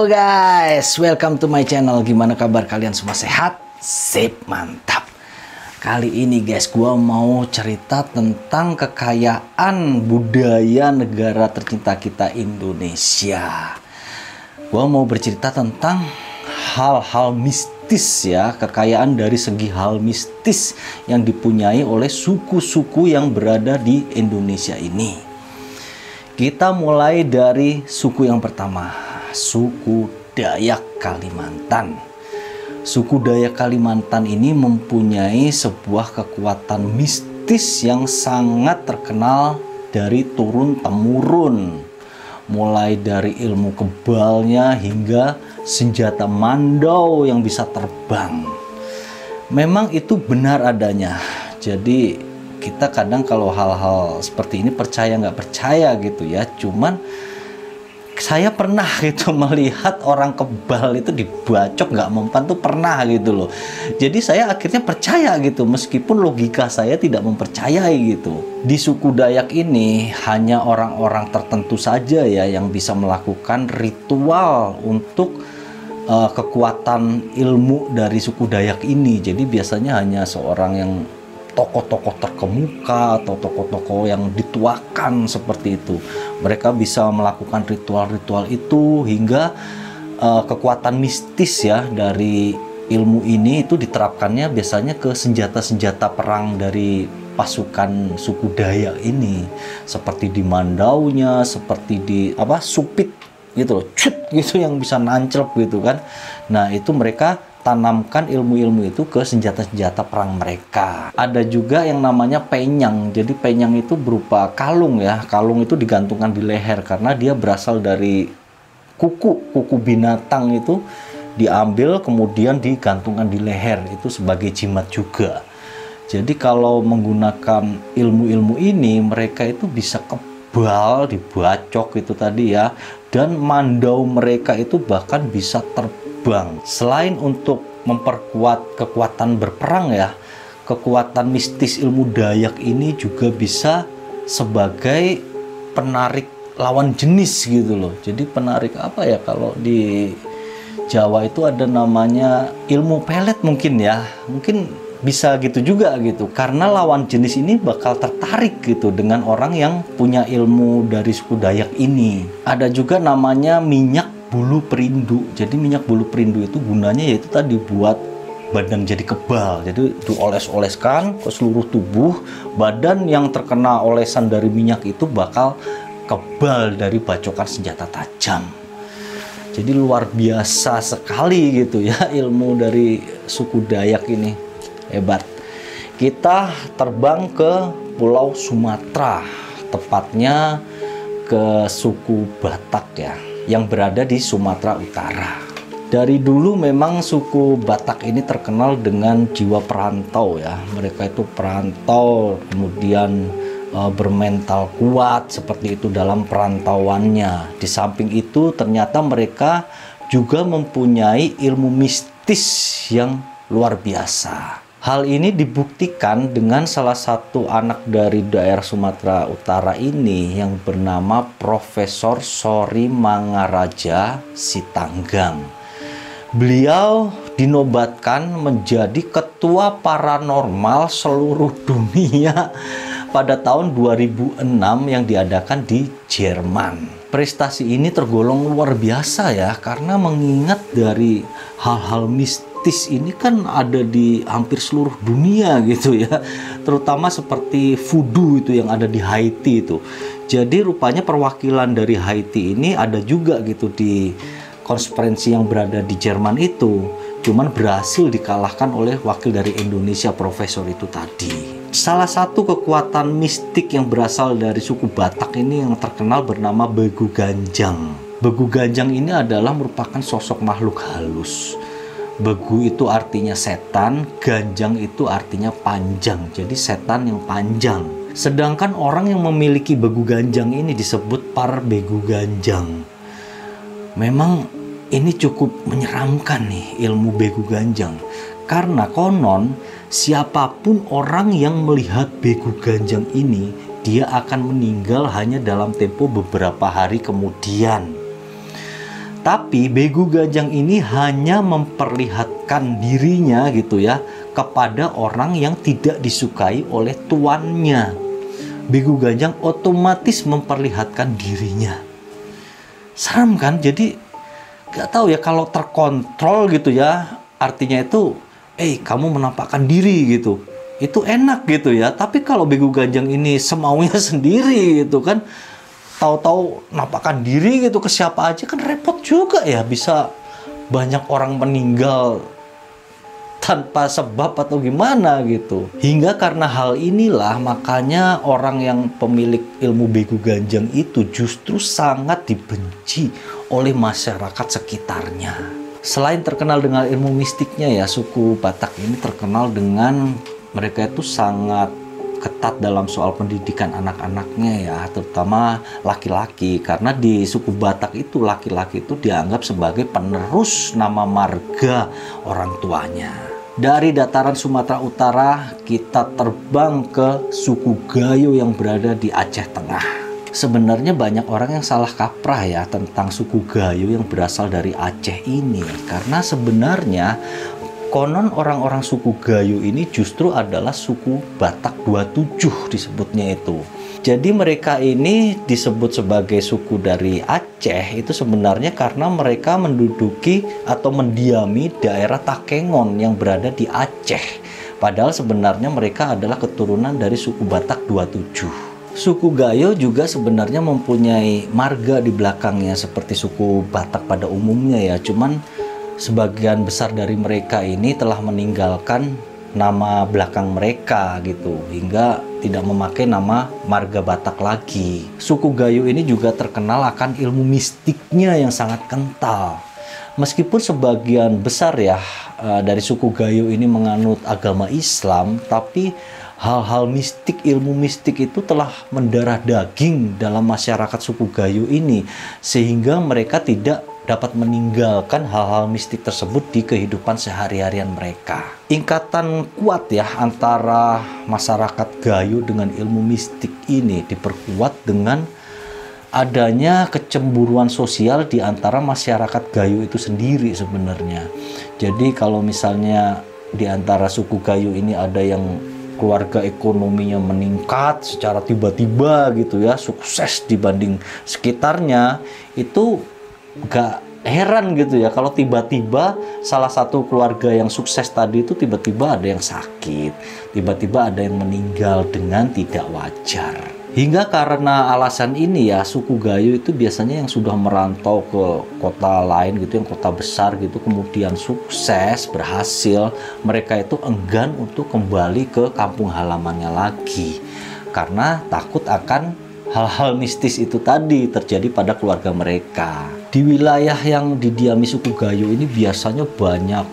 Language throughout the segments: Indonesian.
Halo guys, welcome to my channel. Gimana kabar kalian semua, sehat? Sip, mantap. Kali ini guys, gua mau cerita tentang kekayaan budaya negara tercinta kita, Indonesia. Gua mau bercerita tentang hal-hal mistis ya, kekayaan dari segi hal mistis yang dipunyai oleh suku-suku yang berada di Indonesia ini. Kita mulai dari suku yang pertama, suku Dayak Kalimantan. Suku Dayak Kalimantan ini mempunyai sebuah kekuatan mistis yang sangat terkenal dari turun-temurun. Mulai dari ilmu kebalnya hingga senjata mandau yang bisa terbang. Memang itu benar adanya. Jadi kita kadang kalau hal-hal seperti ini percaya nggak percaya gitu ya. Cuman saya pernah gitu melihat orang kebal itu dibacok nggak mempan tuh pernah gitu loh. Jadi saya akhirnya percaya gitu meskipun logika saya tidak mempercayai gitu. Di suku Dayak ini hanya orang-orang tertentu saja ya yang bisa melakukan ritual untuk kekuatan ilmu dari suku Dayak ini. Jadi biasanya hanya seorang yang tokoh-tokoh terkemuka atau tokoh-tokoh yang dituakan seperti itu. Mereka bisa melakukan ritual-ritual itu hingga kekuatan mistis ya dari ilmu ini itu diterapkannya biasanya ke senjata-senjata perang dari pasukan suku Dayak ini, seperti di mandaunya, seperti di supit gitu loh, cut gitu yang bisa nancep gitu kan. Nah, itu mereka tanamkan ilmu-ilmu itu ke senjata-senjata perang mereka. Ada juga yang namanya penyang. Jadi penyang itu berupa kalung ya. Kalung itu digantungkan di leher karena dia berasal dari kuku binatang itu diambil kemudian digantungkan di leher itu sebagai jimat juga. Jadi kalau menggunakan ilmu-ilmu ini mereka itu bisa kebal, dibacok itu tadi ya. Dan mandau mereka itu bahkan bisa terbang. Selain untuk memperkuat kekuatan berperang ya, kekuatan mistis ilmu Dayak ini juga bisa sebagai penarik lawan jenis gitu loh. Jadi penarik apa ya, kalau di Jawa itu ada namanya ilmu pelet mungkin ya, mungkin bisa gitu juga gitu, karena lawan jenis ini bakal tertarik gitu dengan orang yang punya ilmu dari suku Dayak ini. Ada juga namanya minyak bulu perindu. Jadi minyak bulu perindu itu gunanya yaitu tadi buat badan jadi kebal. Jadi dioles-oleskan ke seluruh tubuh, badan yang terkena olesan dari minyak itu bakal kebal dari bacokan senjata tajam. Jadi luar biasa sekali gitu ya ilmu dari suku Dayak ini, hebat. Kita terbang ke Pulau Sumatera, tepatnya ke suku Batak ya, yang berada di Sumatera Utara. Dari dulu memang suku Batak ini terkenal dengan jiwa perantau ya. Mereka itu perantau, kemudian bermental kuat seperti itu dalam perantauannya. Di samping itu ternyata mereka juga mempunyai ilmu mistis yang luar biasa. Hal ini dibuktikan dengan salah satu anak dari daerah Sumatera Utara ini yang bernama Profesor Sori Mangaraja Sitanggang. Beliau dinobatkan menjadi ketua paranormal seluruh dunia pada tahun 2006 yang diadakan di Jerman. Prestasi ini tergolong luar biasa ya, karena mengingat dari hal-hal mistis ini kan ada di hampir seluruh dunia gitu ya, terutama seperti voodoo itu yang ada di Haiti itu. Jadi rupanya perwakilan dari Haiti ini ada juga gitu di konferensi yang berada di Jerman itu, cuman berhasil dikalahkan oleh wakil dari Indonesia, profesor itu tadi. Salah satu kekuatan mistik yang berasal dari suku Batak ini yang terkenal bernama Begu Ganjang. Begu Ganjang ini adalah merupakan sosok makhluk halus. Begu itu artinya setan, ganjang itu artinya panjang. Jadi setan yang panjang. Sedangkan orang yang memiliki begu ganjang ini disebut Parbegu Ganjang. Memang ini cukup menyeramkan nih ilmu begu ganjang. Karena konon siapapun orang yang melihat begu ganjang ini, dia akan meninggal hanya dalam tempo beberapa hari kemudian. Tapi Begu Gajang ini hanya memperlihatkan dirinya gitu ya kepada orang yang tidak disukai oleh tuannya. Begu Gajang otomatis memperlihatkan dirinya. Serem kan? Jadi gak tahu ya, kalau terkontrol gitu ya, artinya itu kamu menampakkan diri gitu, itu enak gitu ya. Tapi kalau Begu Gajang ini semaunya sendiri gitu kan, tahu-tahu nampakkan diri gitu ke siapa aja, kan repot juga ya. Bisa banyak orang meninggal tanpa sebab atau gimana gitu. Hingga karena hal inilah makanya orang yang pemilik ilmu Begu Gajang itu justru sangat dibenci oleh masyarakat sekitarnya. Selain terkenal dengan ilmu mistiknya ya, suku Batak ini terkenal dengan mereka itu sangat ketat dalam soal pendidikan anak-anaknya ya, terutama laki-laki. Karena di suku Batak itu laki-laki itu dianggap sebagai penerus nama marga orang tuanya. Dari dataran Sumatera Utara kita terbang ke suku Gayo yang berada di Aceh Tengah. Sebenarnya banyak orang yang salah kaprah ya tentang suku Gayo yang berasal dari Aceh ini, karena sebenarnya konon orang-orang suku Gayo ini justru adalah suku Batak 27 disebutnya itu. Jadi mereka ini disebut sebagai suku dari Aceh itu sebenarnya karena mereka menduduki atau mendiami daerah Takengon yang berada di Aceh. Padahal sebenarnya mereka adalah keturunan dari suku Batak 27. Suku Gayo juga sebenarnya mempunyai marga di belakangnya seperti suku Batak pada umumnya ya. Cuman sebagian besar dari mereka ini telah meninggalkan nama belakang mereka gitu, hingga tidak memakai nama marga Batak lagi. Suku Gayo ini juga terkenal akan ilmu mistiknya yang sangat kental. Meskipun sebagian besar ya dari suku Gayo ini menganut agama Islam, tapi hal-hal mistik, ilmu mistik itu telah mendarah daging dalam masyarakat suku Gayo ini, sehingga mereka tidak dapat meninggalkan hal-hal mistik tersebut di kehidupan sehari-harian mereka. Ikatan kuat ya antara masyarakat Gayo dengan ilmu mistik ini diperkuat dengan adanya kecemburuan sosial di antara masyarakat Gayo itu sendiri sebenarnya. Jadi kalau misalnya di antara suku Gayo ini ada yang keluarga ekonominya meningkat secara tiba-tiba gitu ya, sukses dibanding sekitarnya, itu gak heran gitu ya kalau tiba-tiba salah satu keluarga yang sukses tadi itu tiba-tiba ada yang sakit, tiba-tiba ada yang meninggal dengan tidak wajar. Hingga karena alasan ini ya, suku Gayo itu biasanya yang sudah merantau ke kota lain gitu, yang kota besar gitu, kemudian sukses, berhasil, mereka itu enggan untuk kembali ke kampung halamannya lagi karena takut akan hal-hal mistis itu tadi terjadi pada keluarga mereka. Di wilayah yang didiami suku Gayo ini biasanya banyak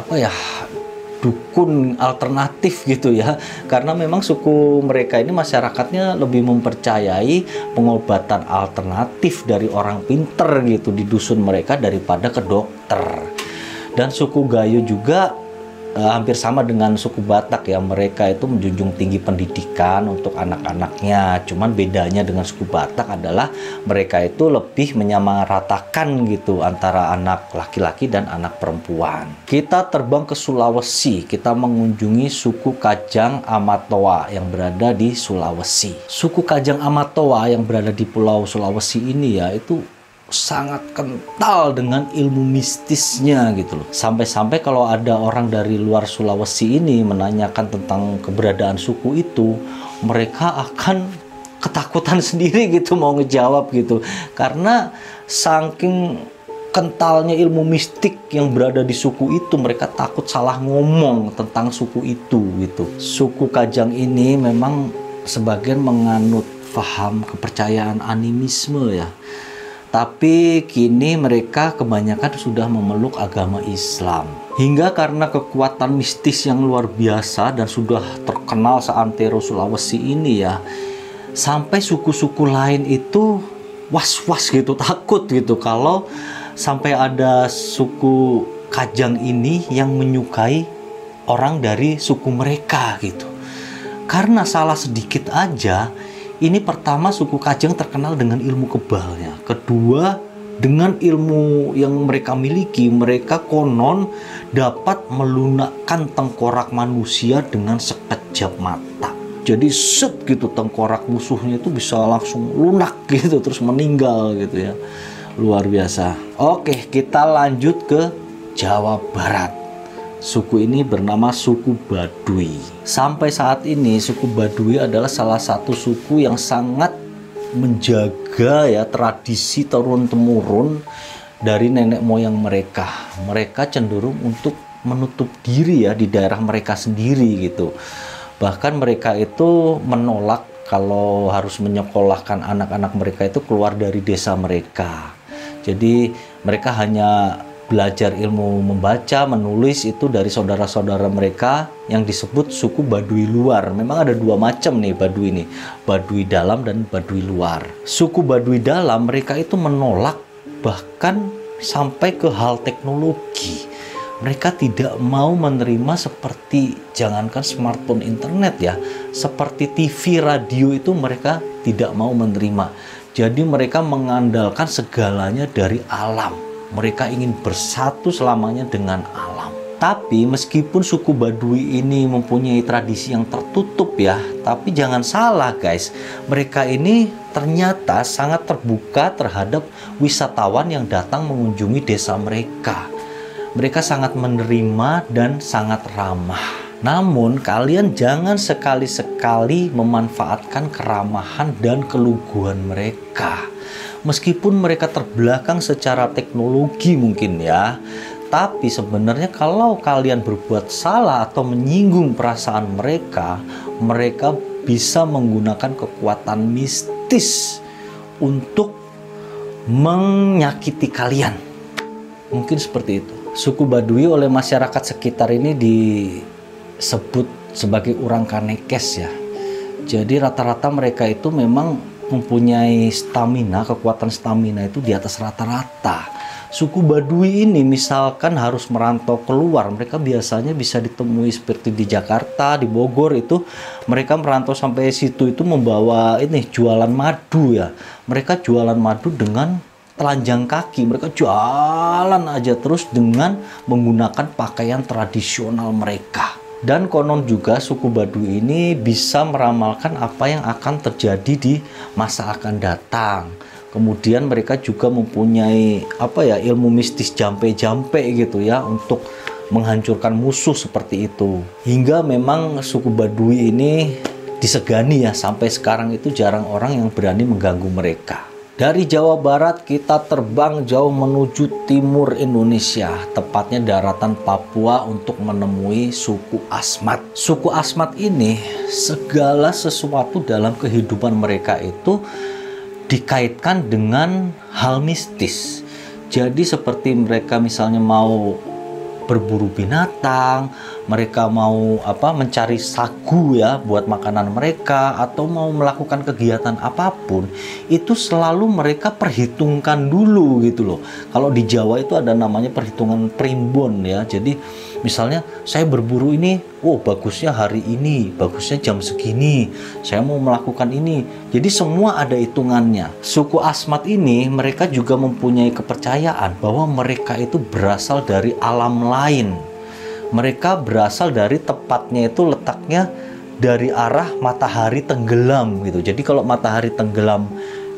dukun alternatif gitu ya, karena memang suku mereka ini masyarakatnya lebih mempercayai pengobatan alternatif dari orang pinter gitu di dusun mereka daripada ke dokter. Dan suku Gayo juga hampir sama dengan suku Batak ya, mereka itu menjunjung tinggi pendidikan untuk anak-anaknya. Cuman bedanya dengan suku Batak adalah mereka itu lebih menyamaratakan gitu antara anak laki-laki dan anak perempuan. Kita terbang ke Sulawesi, kita mengunjungi suku Kajang Amatoa yang berada di Sulawesi. Suku Kajang Amatoa yang berada di Pulau Sulawesi ini ya, itu sangat kental dengan ilmu mistisnya gitu loh. Sampai-sampai kalau ada orang dari luar Sulawesi ini menanyakan tentang keberadaan suku itu, mereka akan ketakutan sendiri gitu mau ngejawab gitu. Karena saking kentalnya ilmu mistik yang berada di suku itu, mereka takut salah ngomong tentang suku itu gitu. Suku Kajang ini memang sebagian menganut paham kepercayaan animisme ya. Tapi kini mereka kebanyakan sudah memeluk agama Islam. Hingga karena kekuatan mistis yang luar biasa dan sudah terkenal seantero Sulawesi ini ya, sampai suku-suku lain itu was-was gitu, takut gitu kalau sampai ada suku Kajang ini yang menyukai orang dari suku mereka gitu. Karena salah sedikit aja, ini pertama suku Kajang terkenal dengan ilmu kebalnya. Kedua, Dengan ilmu yang mereka miliki, mereka konon dapat melunakkan tengkorak manusia dengan sekejap mata. Jadi set gitu, tengkorak musuhnya itu bisa langsung lunak gitu, terus meninggal gitu ya. Luar biasa. Oke, kita lanjut ke Jawa Barat. Suku ini bernama suku Baduy. Sampai saat ini suku Baduy adalah salah satu suku yang sangat menjaga ya tradisi turun-temurun dari nenek moyang mereka. Mereka cenderung untuk menutup diri ya di daerah mereka sendiri gitu. Bahkan mereka itu menolak kalau harus menyekolahkan anak-anak mereka itu keluar dari desa mereka. Jadi mereka hanya belajar ilmu membaca, menulis itu dari saudara-saudara mereka yang disebut suku Baduy luar. Memang ada dua macam nih Baduy ini, Baduy dalam dan Baduy luar. Suku Baduy dalam mereka itu menolak bahkan sampai ke hal teknologi. Mereka tidak mau menerima seperti jangankan smartphone, internet ya, seperti TV, radio itu mereka tidak mau menerima. Jadi mereka mengandalkan segalanya dari alam. Mereka ingin bersatu selamanya dengan alam. Tapi meskipun suku Baduy ini mempunyai tradisi yang tertutup ya, tapi jangan salah guys, mereka ini ternyata sangat terbuka terhadap wisatawan yang datang mengunjungi desa mereka. Mereka sangat menerima dan sangat ramah. Namun kalian jangan sekali-sekali memanfaatkan keramahan dan keluguan mereka. Meskipun mereka terbelakang secara teknologi mungkin ya, tapi sebenarnya kalau kalian berbuat salah atau menyinggung perasaan mereka, mereka bisa menggunakan kekuatan mistis untuk menyakiti kalian. Mungkin seperti itu. Suku Baduy oleh masyarakat sekitar ini disebut sebagai orang Kanekes ya. Jadi rata-rata mereka itu memang mempunyai stamina, kekuatan stamina itu di atas rata-rata. Suku Baduy ini misalkan harus merantau keluar, mereka biasanya bisa ditemui seperti di Jakarta, di Bogor itu mereka merantau sampai situ itu membawa ini jualan madu ya. Mereka jualan madu dengan telanjang kaki, mereka jualan aja terus dengan menggunakan pakaian tradisional mereka. Dan konon juga suku Baduy ini bisa meramalkan apa yang akan terjadi di masa akan datang. Kemudian mereka juga mempunyai ilmu mistis jampe-jampe gitu ya untuk menghancurkan musuh seperti itu. Hingga memang suku Baduy ini disegani ya, sampai sekarang itu jarang orang yang berani mengganggu mereka. Dari Jawa Barat kita terbang jauh menuju timur Indonesia, tepatnya daratan Papua untuk menemui suku Asmat. Suku Asmat ini segala sesuatu dalam kehidupan mereka itu dikaitkan dengan hal mistis. Jadi seperti mereka misalnya mau berburu binatang, mereka mau mencari sagu ya buat makanan mereka, atau mau melakukan kegiatan apapun, itu selalu mereka perhitungkan dulu gitu loh. Kalau di Jawa itu ada namanya perhitungan primbon ya. Jadi misalnya saya berburu ini, oh bagusnya hari ini, bagusnya jam segini, saya mau melakukan ini. Jadi semua ada hitungannya. Suku Asmat ini mereka juga mempunyai kepercayaan bahwa mereka itu berasal dari alam lain. Mereka berasal dari tepatnya itu letaknya dari arah matahari tenggelam gitu. Jadi kalau matahari tenggelam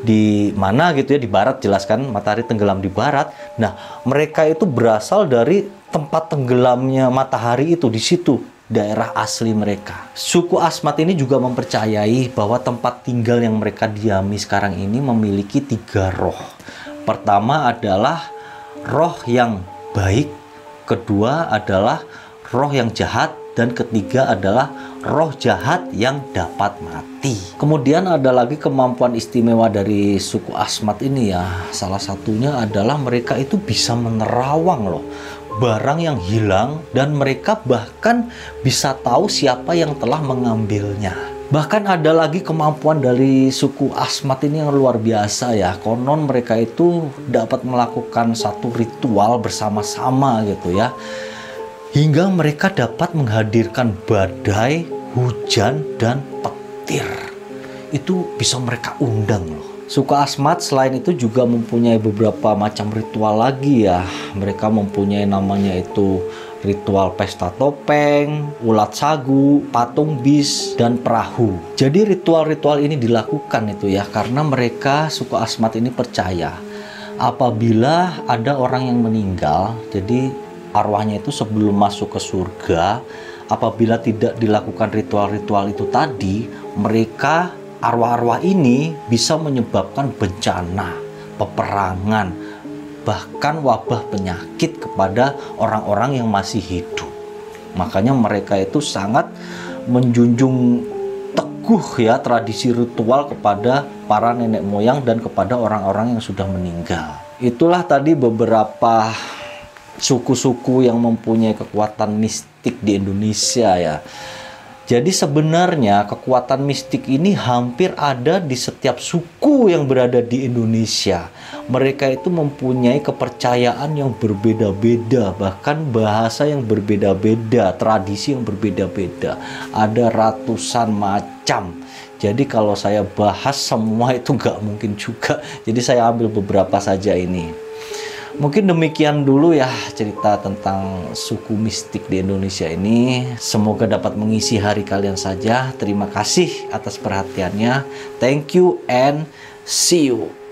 di mana gitu ya, di barat jelaskan matahari tenggelam di barat. Nah, mereka itu berasal dari tempat tenggelamnya matahari itu, di situ daerah asli mereka. Suku Asmat ini juga mempercayai bahwa tempat tinggal yang mereka diami sekarang ini memiliki 3 roh. Pertama adalah roh yang baik, kedua adalah roh yang jahat, dan ketiga adalah roh jahat yang dapat mati. Kemudian ada lagi kemampuan istimewa dari suku Asmat ini ya. Salah satunya adalah mereka itu bisa menerawang loh barang yang hilang, dan mereka bahkan bisa tahu siapa yang telah mengambilnya. Bahkan ada lagi kemampuan dari suku Asmat ini yang luar biasa ya. Konon mereka itu dapat melakukan satu ritual bersama-sama gitu ya, hingga mereka dapat menghadirkan badai, hujan, dan petir. Itu bisa mereka undang loh. Suku Asmat selain itu juga mempunyai beberapa macam ritual lagi ya. Mereka mempunyai namanya itu ritual pesta topeng, ulat sagu, patung bis, dan perahu. Jadi ritual-ritual ini dilakukan itu ya karena mereka suku Asmat ini percaya apabila ada orang yang meninggal, jadi arwahnya itu sebelum masuk ke surga, apabila tidak dilakukan ritual-ritual itu tadi, mereka arwah-arwah ini bisa menyebabkan bencana, peperangan, bahkan wabah penyakit kepada orang-orang yang masih hidup. Makanya mereka itu sangat menjunjung teguh ya tradisi ritual kepada para nenek moyang dan kepada orang-orang yang sudah meninggal. Itulah tadi beberapa suku-suku yang mempunyai kekuatan mistik di Indonesia ya. Jadi sebenarnya kekuatan mistik ini hampir ada di setiap suku yang berada di Indonesia. Mereka itu mempunyai kepercayaan yang berbeda-beda, bahkan bahasa yang berbeda-beda, tradisi yang berbeda-beda. Ada ratusan macam. Jadi kalau saya bahas semua itu nggak mungkin juga. Jadi saya ambil beberapa saja ini. Mungkin demikian dulu ya cerita tentang suku mistik di Indonesia ini. Semoga dapat mengisi hari kalian saja. Terima kasih atas perhatiannya. Thank you and see you.